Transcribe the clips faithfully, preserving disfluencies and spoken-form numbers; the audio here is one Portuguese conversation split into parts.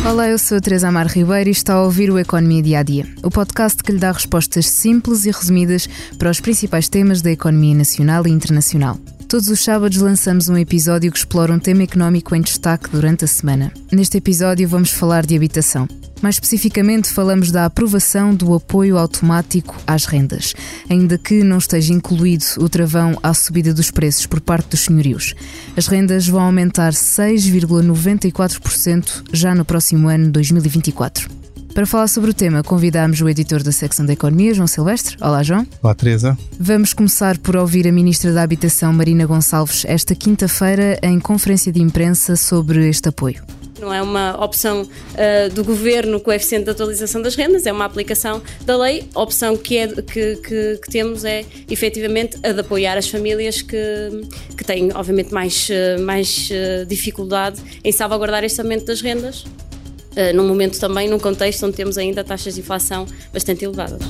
Olá, eu sou a Teresa Amar Ribeiro e está a ouvir o Economia Dia a Dia, o podcast que lhe dá respostas simples e resumidas para os principais temas da economia nacional e internacional. Todos os sábados lançamos um episódio que explora um tema económico em destaque durante a semana. Neste episódio vamos falar de habitação. Mais especificamente falamos da aprovação do apoio automático às rendas, ainda que não esteja incluído o travão à subida dos preços por parte dos senhorios. As rendas vão aumentar seis vírgula noventa e quatro por cento já no próximo ano dois mil e vinte e quatro. Para falar sobre o tema, convidámos o editor da secção da Economia, João Silvestre. Olá, João. Olá, Teresa. Vamos começar por ouvir a Ministra da Habitação, Marina Gonçalves, esta quinta-feira em conferência de imprensa sobre este apoio. Não é uma opção uh, do Governo o coeficiente de atualização das rendas, é uma aplicação da lei. A opção que, é, que, que, que temos é, efetivamente, a de apoiar as famílias que, que têm, obviamente, mais, mais uh, dificuldade em salvaguardar este aumento das rendas, uh, num momento também, num contexto onde temos ainda taxas de inflação bastante elevadas.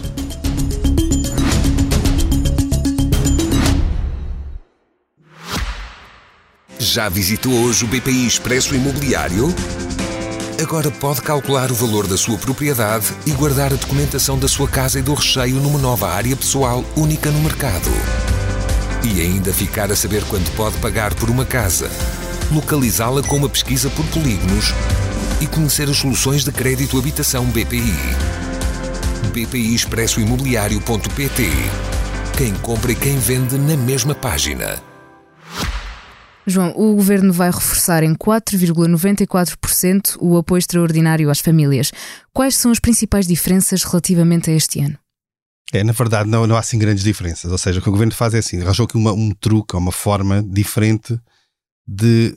Já visitou hoje o B P I Expresso Imobiliário? Agora pode calcular o valor da sua propriedade e guardar a documentação da sua casa e do recheio numa nova área pessoal única no mercado. E ainda ficar a saber quanto pode pagar por uma casa, localizá-la com uma pesquisa por polígonos e conhecer as soluções de crédito habitação B P I. B P I Expresso Imobiliário ponto P T. Quem compra e quem vende na mesma página. João, o Governo vai reforçar em quatro vírgula noventa e quatro por cento o apoio extraordinário às famílias. Quais são as principais diferenças relativamente a este ano? É, na verdade, não, não há assim grandes diferenças. Ou seja, o que o Governo faz é assim, arranjou aqui uma, um truque, uma forma diferente de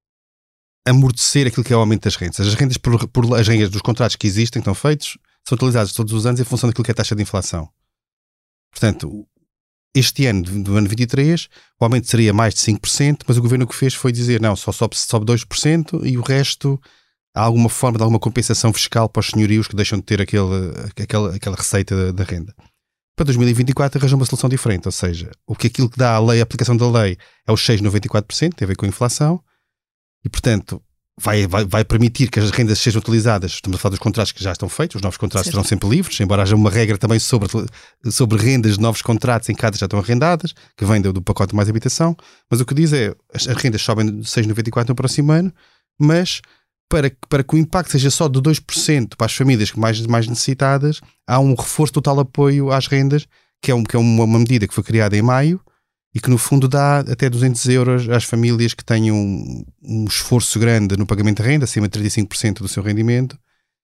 amortecer aquilo que é o aumento das rendas. As rendas, por, por, as rendas dos contratos que existem, que estão feitos, são atualizadas todos os anos em função daquilo que é a taxa de inflação. Portanto, este ano, do ano vinte e três, o aumento seria mais de cinco por cento, mas o Governo o que fez foi dizer, não, só sobe, sobe dois por cento e o resto há alguma forma de alguma compensação fiscal para os senhorios que deixam de ter aquele, aquela, aquela receita da, da renda. Para dois mil e vinte e quatro arranjou uma solução diferente, ou seja, o que aquilo que dá a lei, a aplicação da lei é os seis vírgula noventa e quatro por cento, tem a ver com a inflação, e portanto vai, vai, vai permitir que as rendas sejam utilizadas. Estamos a falar dos contratos que já estão feitos, os novos contratos certo. Serão sempre livres, embora haja uma regra também sobre, sobre rendas de novos contratos em que já estão arrendadas, que vem do, do pacote Mais Habitação, mas o que diz é, as, as rendas sobem de seis vírgula noventa e quatro por cento no próximo ano, mas para, para que o impacto seja só de dois por cento para as famílias mais, mais necessitadas, há um reforço total apoio às rendas, que é, um, que é uma, uma medida que foi criada em maio, e que no fundo dá até duzentos euros às famílias que tenham um, um esforço grande no pagamento de renda, acima de trinta e cinco por cento do seu rendimento,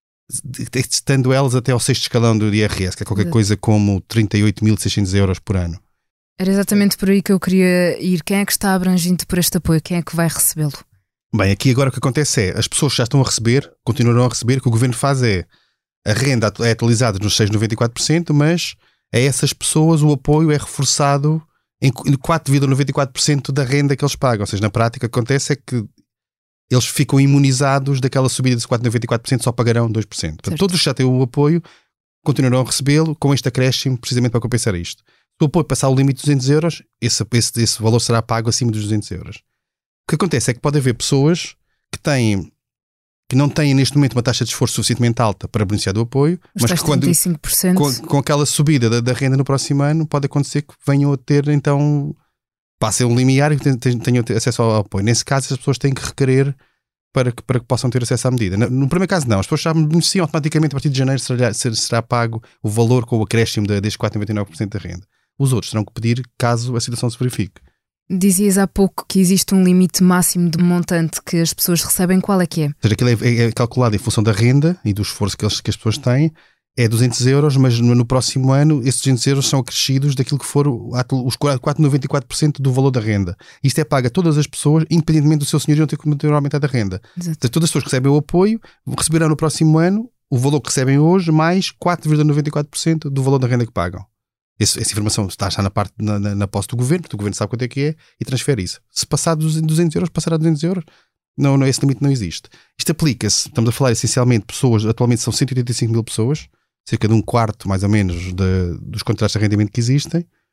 estando elas até ao sexto escalão do I R S, que é qualquer coisa como trinta e oito mil e seiscentos euros por ano. Era exatamente por aí que eu queria ir. Quem é que está abrangido por este apoio? Quem é que vai recebê-lo? Bem, aqui agora o que acontece é, as pessoas que já estão a receber, continuarão a receber, o que o Governo faz é, a renda é atualizada nos seis vírgula noventa e quatro por cento, mas a essas pessoas o apoio é reforçado em quatro vírgula noventa e quatro por cento da renda que eles pagam. Ou seja, na prática o que acontece é que eles ficam imunizados daquela subida de quatro vírgula noventa e quatro por cento, só pagarão dois por cento. Portanto, todos que já têm o apoio continuarão a recebê-lo com este acréscimo precisamente para compensar isto. Se o apoio passar o limite de duzentos euros, esse, esse, esse valor será pago acima dos duzentos euros. O que acontece é que pode haver pessoas que têm que não têm neste momento uma taxa de esforço suficientemente alta para beneficiar do apoio, os mas que quando, trinta e cinco por cento. com, com aquela subida da, da renda no próximo ano, pode acontecer que venham a ter, então, passem um limiar e tenham acesso ao apoio. Nesse caso, as pessoas têm que requerer para que, para que possam ter acesso à medida. No, no primeiro caso, não. As pessoas já beneficiam automaticamente, a partir de janeiro será, será pago o valor com o acréscimo de, desde quatro vírgula noventa e nove por cento da renda. Os outros terão que pedir caso a situação se verifique. Dizias há pouco que existe um limite máximo de montante que as pessoas recebem. Qual é que é? Ou seja, aquilo é, é calculado em função da renda e do esforço que, eles, que as pessoas têm. É duzentos euros, mas no, no próximo ano esses duzentos euros são acrescidos daquilo que for os quatro vírgula noventa e quatro por cento do valor da renda. Isto é pago a todas as pessoas, independentemente do seu senhorio não ter, ter aumentado a renda. Então, todas as pessoas que recebem o apoio receberão no próximo ano o valor que recebem hoje mais quatro vírgula noventa e quatro por cento do valor da renda que pagam. Esse, essa informação está, está na, parte, na, na, na posse do Governo, porque o Governo sabe quanto é que é e transfere isso. Se passar dos duzentos euros, passará duzentos euros. Não, não, esse limite não existe. Isto aplica-se, estamos a falar essencialmente de pessoas, atualmente são cento e oitenta e cinco mil pessoas, cerca de um quarto mais ou menos de, dos contratos de arrendamento que existem.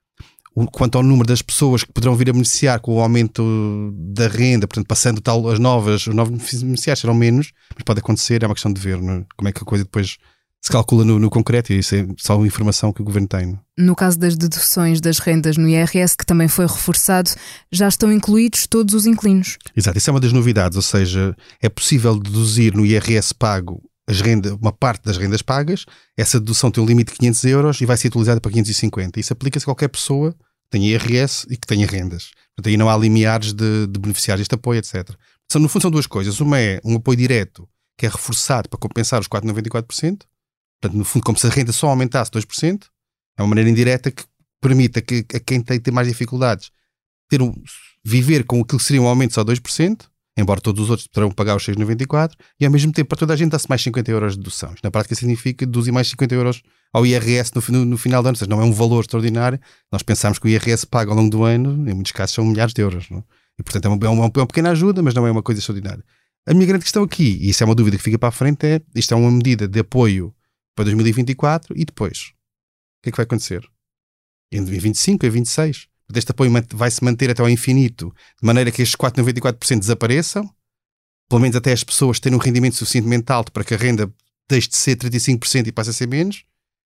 quanto ao número das pessoas que poderão vir a beneficiar com o aumento da renda, portanto, passando tal, as novas, os novos beneficiários serão menos, mas pode acontecer, é uma questão de ver, não é? Como é que a coisa depois se calcula no, no concreto, e isso é só uma informação que o Governo tem. Não é? No caso das deduções das rendas no I R S, que também foi reforçado, já estão incluídos todos os inquilinos. Exato, isso é uma das novidades, ou seja, é possível deduzir no I R S pago as rendas, uma parte das rendas pagas, essa dedução tem um limite de quinhentos euros e vai ser utilizada para quinhentos e cinquenta. Isso aplica-se a qualquer pessoa que tenha I R S e que tenha rendas. Portanto, aí não há limiares de, de beneficiários deste apoio, etcétera. Então, no fundo são duas coisas. Uma é um apoio direto, que é reforçado para compensar os quatro vírgula noventa e quatro por cento. Portanto, no fundo, como se a renda só aumentasse dois por cento. É uma maneira indireta que permite a, que, a quem tem, tem mais dificuldades ter um, viver com aquilo que seria um aumento só dois por cento. Embora todos os outros poderão pagar os seis vírgula noventa e quatro, e ao mesmo tempo para toda a gente dá-se mais cinquenta euros de dedução. Isto na prática significa deduzir mais cinquenta euros ao I R S no, no, no final do ano, ou seja, não é um valor extraordinário. Nós pensamos que o I R S paga ao longo do ano, em muitos casos são milhares de euros. Não? E portanto é uma, é, uma, é uma pequena ajuda, mas não é uma coisa extraordinária. A minha grande questão aqui, e isso é uma dúvida que fica para a frente, é isto é uma medida de apoio para dois mil e vinte e quatro e depois? O que é que vai acontecer? Em vinte e cinco, em vinte e seis? Este apoio vai-se manter até ao infinito, de maneira que estes quatro vírgula noventa e quatro por cento desapareçam, pelo menos até as pessoas terem um rendimento suficientemente alto para que a renda deixe de ser trinta e cinco por cento e passe a ser menos,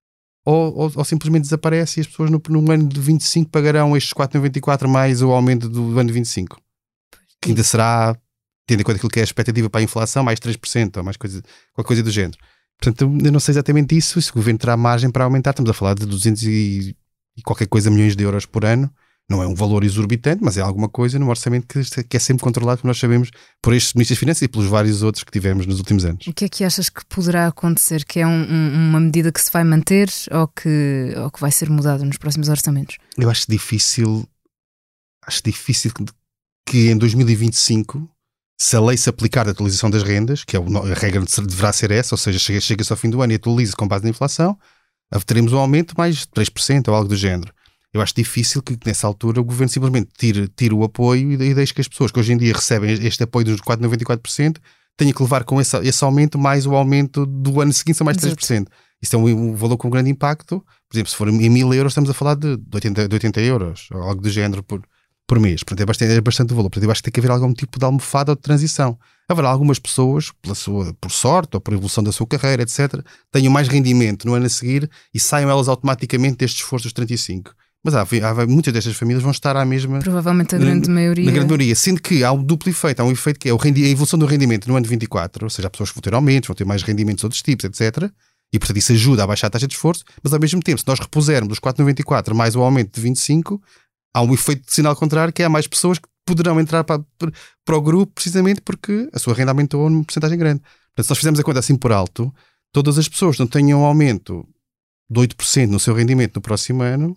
ou, ou, ou simplesmente desaparece e as pessoas no, no ano de vinte e cinco pagarão estes quatro vírgula noventa e quatro mais o aumento do ano de vinte e cinco, que ainda será, tendo em conta aquilo que é a expectativa para a inflação, mais três por cento ou mais coisa, qualquer coisa do género. Portanto, eu não sei exatamente isso, se o Governo terá margem para aumentar. Estamos a falar de duzentos e, e qualquer coisa milhões de euros por ano. Não é um valor exorbitante, mas é alguma coisa no orçamento que, que é sempre controlado, como nós sabemos, por estes ministros das Finanças e pelos vários outros que tivemos nos últimos anos. O que é que achas que poderá acontecer? Que é um, um, uma medida que se vai manter ou que, ou que vai ser mudada nos próximos orçamentos? Eu acho difícil, acho difícil que, que em dois mil e vinte e cinco, se a lei se aplicar da atualização das rendas, que é a regra deverá ser essa, ou seja, chega, chega-se ao fim do ano e atualiza com base na inflação, teremos um aumento mais de três por cento ou algo do género. Eu acho difícil que nessa altura o Governo simplesmente tire, tire o apoio e, e deixe que as pessoas que hoje em dia recebem este apoio dos quatro vírgula noventa e quatro por cento tenham que levar com esse, esse aumento mais o aumento do ano seguinte são mais de três por cento. Isso é um, um valor com um grande impacto. Por exemplo, se for em mil euros estamos a falar de, de, oitenta, de oitenta euros ou algo do género por, por mês. Portanto é bastante, é bastante valor. Portanto eu acho que tem que haver algum tipo de almofada ou de transição. Haverá algumas pessoas, pela sua, por sorte ou por evolução da sua carreira, etcétera, tenham mais rendimento no ano a seguir e saiam elas automaticamente deste esforço dos trinta e cinco. Mas há, há, muitas destas famílias vão estar à mesma... Provavelmente a grande na, maioria. Na grande maioria. Sendo que há um duplo efeito. Há um efeito que é o rendi, a evolução do rendimento no ano de vinte e quatro. Ou seja, há pessoas que vão ter aumentos, vão ter mais rendimentos de outros tipos, etcétera. E, portanto, isso ajuda a baixar a taxa de esforço. Mas, ao mesmo tempo, se nós repusermos os quatro vírgula noventa e quatro mais o aumento de vinte e cinco, há um efeito de sinal contrário, que é há mais pessoas que poderão entrar para, para o grupo precisamente porque a sua renda aumentou numa porcentagem grande. Portanto, se nós fizermos a conta assim por alto, todas as pessoas que não tenham um aumento de oito por cento no seu rendimento no próximo ano,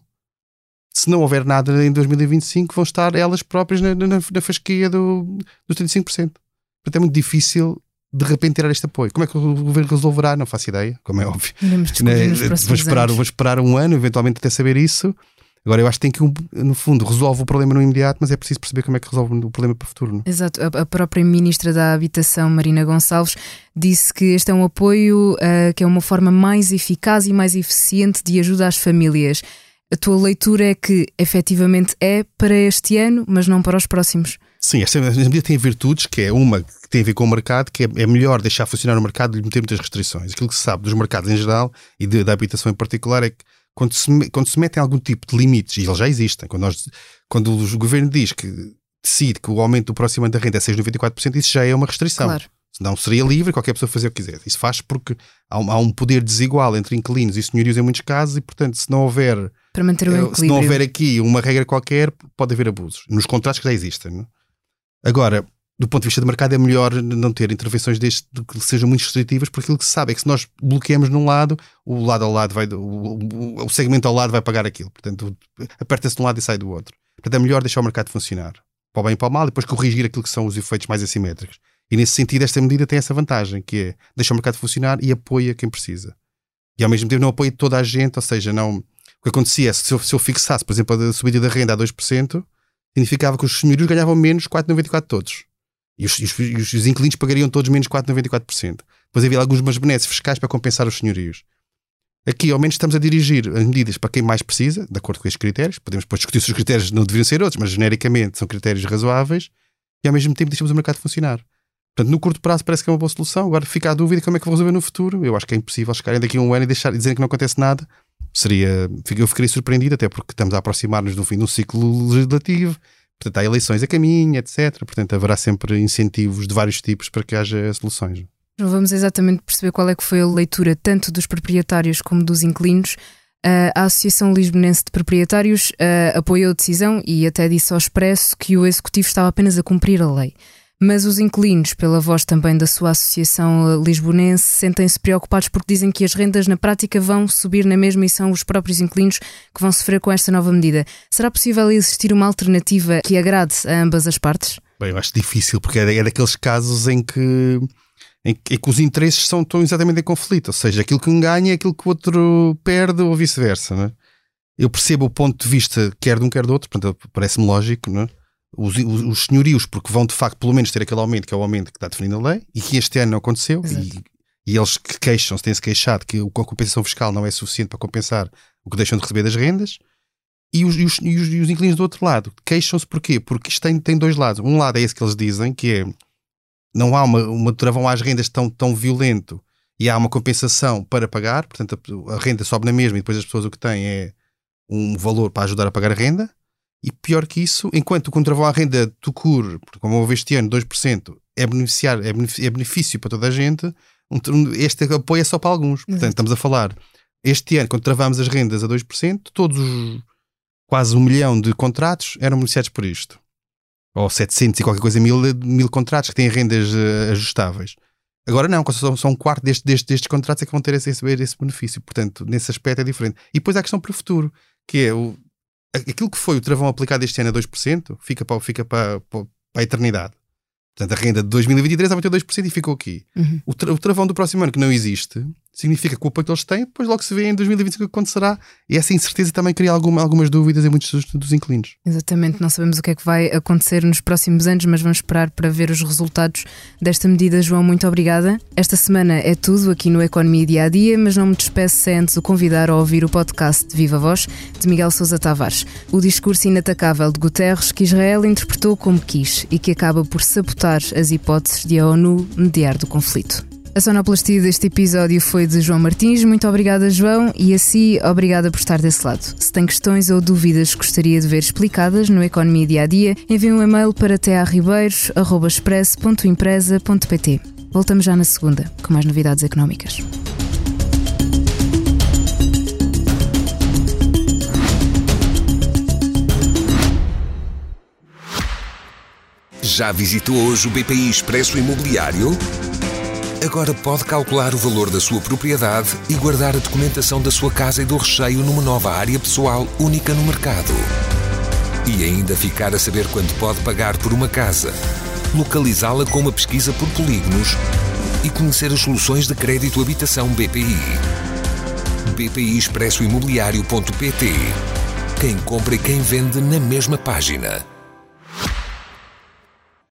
se não houver nada em dois mil e vinte e cinco, vão estar elas próprias na, na, na fasquia do, dos trinta e cinco por cento. Portanto, é muito difícil de repente tirar este apoio. Como é que o Governo resolverá? Não faço ideia, como é óbvio. Né? Vou esperar, vou esperar um ano, eventualmente até saber isso. Agora, eu acho que tem que, no fundo, resolve o problema no imediato, mas é preciso perceber como é que resolve o problema para o futuro. Não? Exato. A própria Ministra da Habitação, Marina Gonçalves, disse que este é um apoio uh, que é uma forma mais eficaz e mais eficiente de ajuda às famílias. A tua leitura é que, efetivamente, é para este ano, mas não para os próximos. Sim, esta medida tem virtudes, que é uma que tem a ver com o mercado, que é, é melhor deixar funcionar o mercado e lhe meter muitas restrições. Aquilo que se sabe dos mercados em geral e de, da habitação em particular é que quando se, quando se metem algum tipo de limites, e eles já existem, quando, nós, quando o governo diz que decide que o aumento do próximo ano da renda é seis vírgula noventa e quatro por cento, isso já é uma restrição. Claro. Senão seria livre qualquer pessoa fazer o que quiser. Isso faz porque há um, há um poder desigual entre inquilinos e senhorios em muitos casos e, portanto, se não houver... Para manter o equilíbrio. Se não houver aqui uma regra qualquer, pode haver abusos. Nos contratos que já existem. Não? Agora, do ponto de vista do mercado, é melhor não ter intervenções deste que sejam muito restritivas, porque aquilo que se sabe é que se nós bloqueamos num lado, o lado ao lado vai, o, o, o segmento ao lado vai pagar aquilo. Portanto, aperta-se de um lado e sai do outro. Portanto, é melhor deixar o mercado funcionar. Para o bem e para o mal, e depois corrigir aquilo que são os efeitos mais assimétricos. E nesse sentido, esta medida tem essa vantagem, que é deixar o mercado funcionar e apoia quem precisa. E ao mesmo tempo não apoia toda a gente, ou seja, não... o que acontecia é, se eu, se eu fixasse, por exemplo, a subida da renda a dois por cento, significava que os senhorios ganhavam menos quatro vírgula noventa e quatro por cento todos. E os, e os, os inquilinos pagariam todos menos quatro vírgula noventa e quatro por cento. Depois havia alguns benesses fiscais para compensar os senhorios. Aqui, ao menos, estamos a dirigir as medidas para quem mais precisa, de acordo com estes critérios. Podemos depois discutir se os critérios não deveriam ser outros, mas genericamente são critérios razoáveis e, ao mesmo tempo, deixamos o mercado funcionar. Portanto, no curto prazo parece que é uma boa solução. Agora fica a dúvida como é que vou resolver no futuro. Eu acho que é impossível chegarem daqui a um ano e deixar, dizerem que não acontece nada. Seria, eu ficaria surpreendido, até porque estamos a aproximar-nos do fim de um ciclo legislativo. Portanto, há eleições a caminho, etcétera. Portanto, haverá sempre incentivos de vários tipos para que haja soluções. Vamos exatamente perceber qual é que foi a leitura tanto dos proprietários como dos inquilinos. A Associação Lisbonense de Proprietários uh, apoiou a decisão e até disse ao expresso que o Executivo estava apenas a cumprir a lei. Mas os inquilinos, pela voz também da sua Associação Lisbonense, sentem-se preocupados porque dizem que as rendas na prática vão subir na mesma e são os próprios inquilinos que vão sofrer com esta nova medida. Será possível existir uma alternativa que agrade a ambas as partes? Bem, eu acho difícil, porque é daqueles casos em que... em que os interesses são, estão exatamente em conflito, ou seja, aquilo que um ganha é aquilo que o outro perde ou vice-versa, não é? Eu percebo o ponto de vista quer de um quer do outro, portanto parece-me lógico, não é? Os, os, os senhorios, porque vão de facto pelo menos ter aquele aumento que é o aumento que está definido na lei e que este ano não aconteceu e, e eles que queixam-se, têm-se queixado que a compensação fiscal não é suficiente para compensar o que deixam de receber das rendas e os, e os, e os, e os inquilinos do outro lado queixam-se porquê? Porque isto tem, tem dois lados. Um lado é esse que eles dizem, que é não há uma, uma travão às rendas tão, tão violento e há uma compensação para pagar, portanto a, a renda sobe na mesma e depois as pessoas o que têm é um valor para ajudar a pagar a renda. E pior que isso, enquanto o contravão à renda do C U R, como houve este ano, dois por cento, é, beneficiar, é, benefício, é benefício para toda a gente, este apoio é só para alguns. Portanto, uhum. Estamos a falar, este ano, quando travamos as rendas a dois por cento, todos os quase um milhão de contratos eram beneficiados por isto. Ou setecentos e qualquer coisa, mil, mil contratos que têm rendas uh, ajustáveis. Agora não, só, só um quarto deste, deste, destes contratos é que vão ter esse, esse benefício. Portanto, nesse aspecto é diferente. E depois há a questão para o futuro, que é o aquilo que foi o travão aplicado este ano a dois por cento fica para, fica para, para, para a eternidade. Portanto, a renda de dois mil e vinte e três aumentou dois por cento e ficou aqui. Uhum. O, tra- o travão do próximo ano, que não existe, significa que o apoio que eles têm, depois logo se vê em dois mil e vinte e cinco o que acontecerá. E essa incerteza também cria alguma, algumas dúvidas em muitos dos, dos inquilinos. Exatamente, não sabemos o que é que vai acontecer nos próximos anos, mas vamos esperar para ver os resultados desta medida. João, muito obrigada. Esta semana é tudo aqui no Economia Dia a Dia, mas não me despeço sem antes o convidar a ouvir o podcast de Viva Voz de Miguel Sousa Tavares. O discurso inatacável de Guterres que Israel interpretou como quis e que acaba por sabotar as hipóteses de a ONU mediar do conflito. A sonoplastia deste episódio foi de João Martins. Muito obrigada, João, e a si, obrigada por estar desse lado. Se tem questões ou dúvidas que gostaria de ver explicadas no Economia Dia a Dia, envie um e-mail para t a ribeiros arroba expresso ponto empresa ponto p t. Voltamos já na segunda, com mais novidades económicas. Já visitou hoje o B P I Expresso Imobiliário? Agora pode calcular o valor da sua propriedade e guardar a documentação da sua casa e do recheio numa nova área pessoal única no mercado. E ainda ficar a saber quanto pode pagar por uma casa, localizá-la com uma pesquisa por polígonos e conhecer as soluções de crédito habitação B P I. B P I Expresso Imobiliário ponto p t. Quem compra e quem vende na mesma página.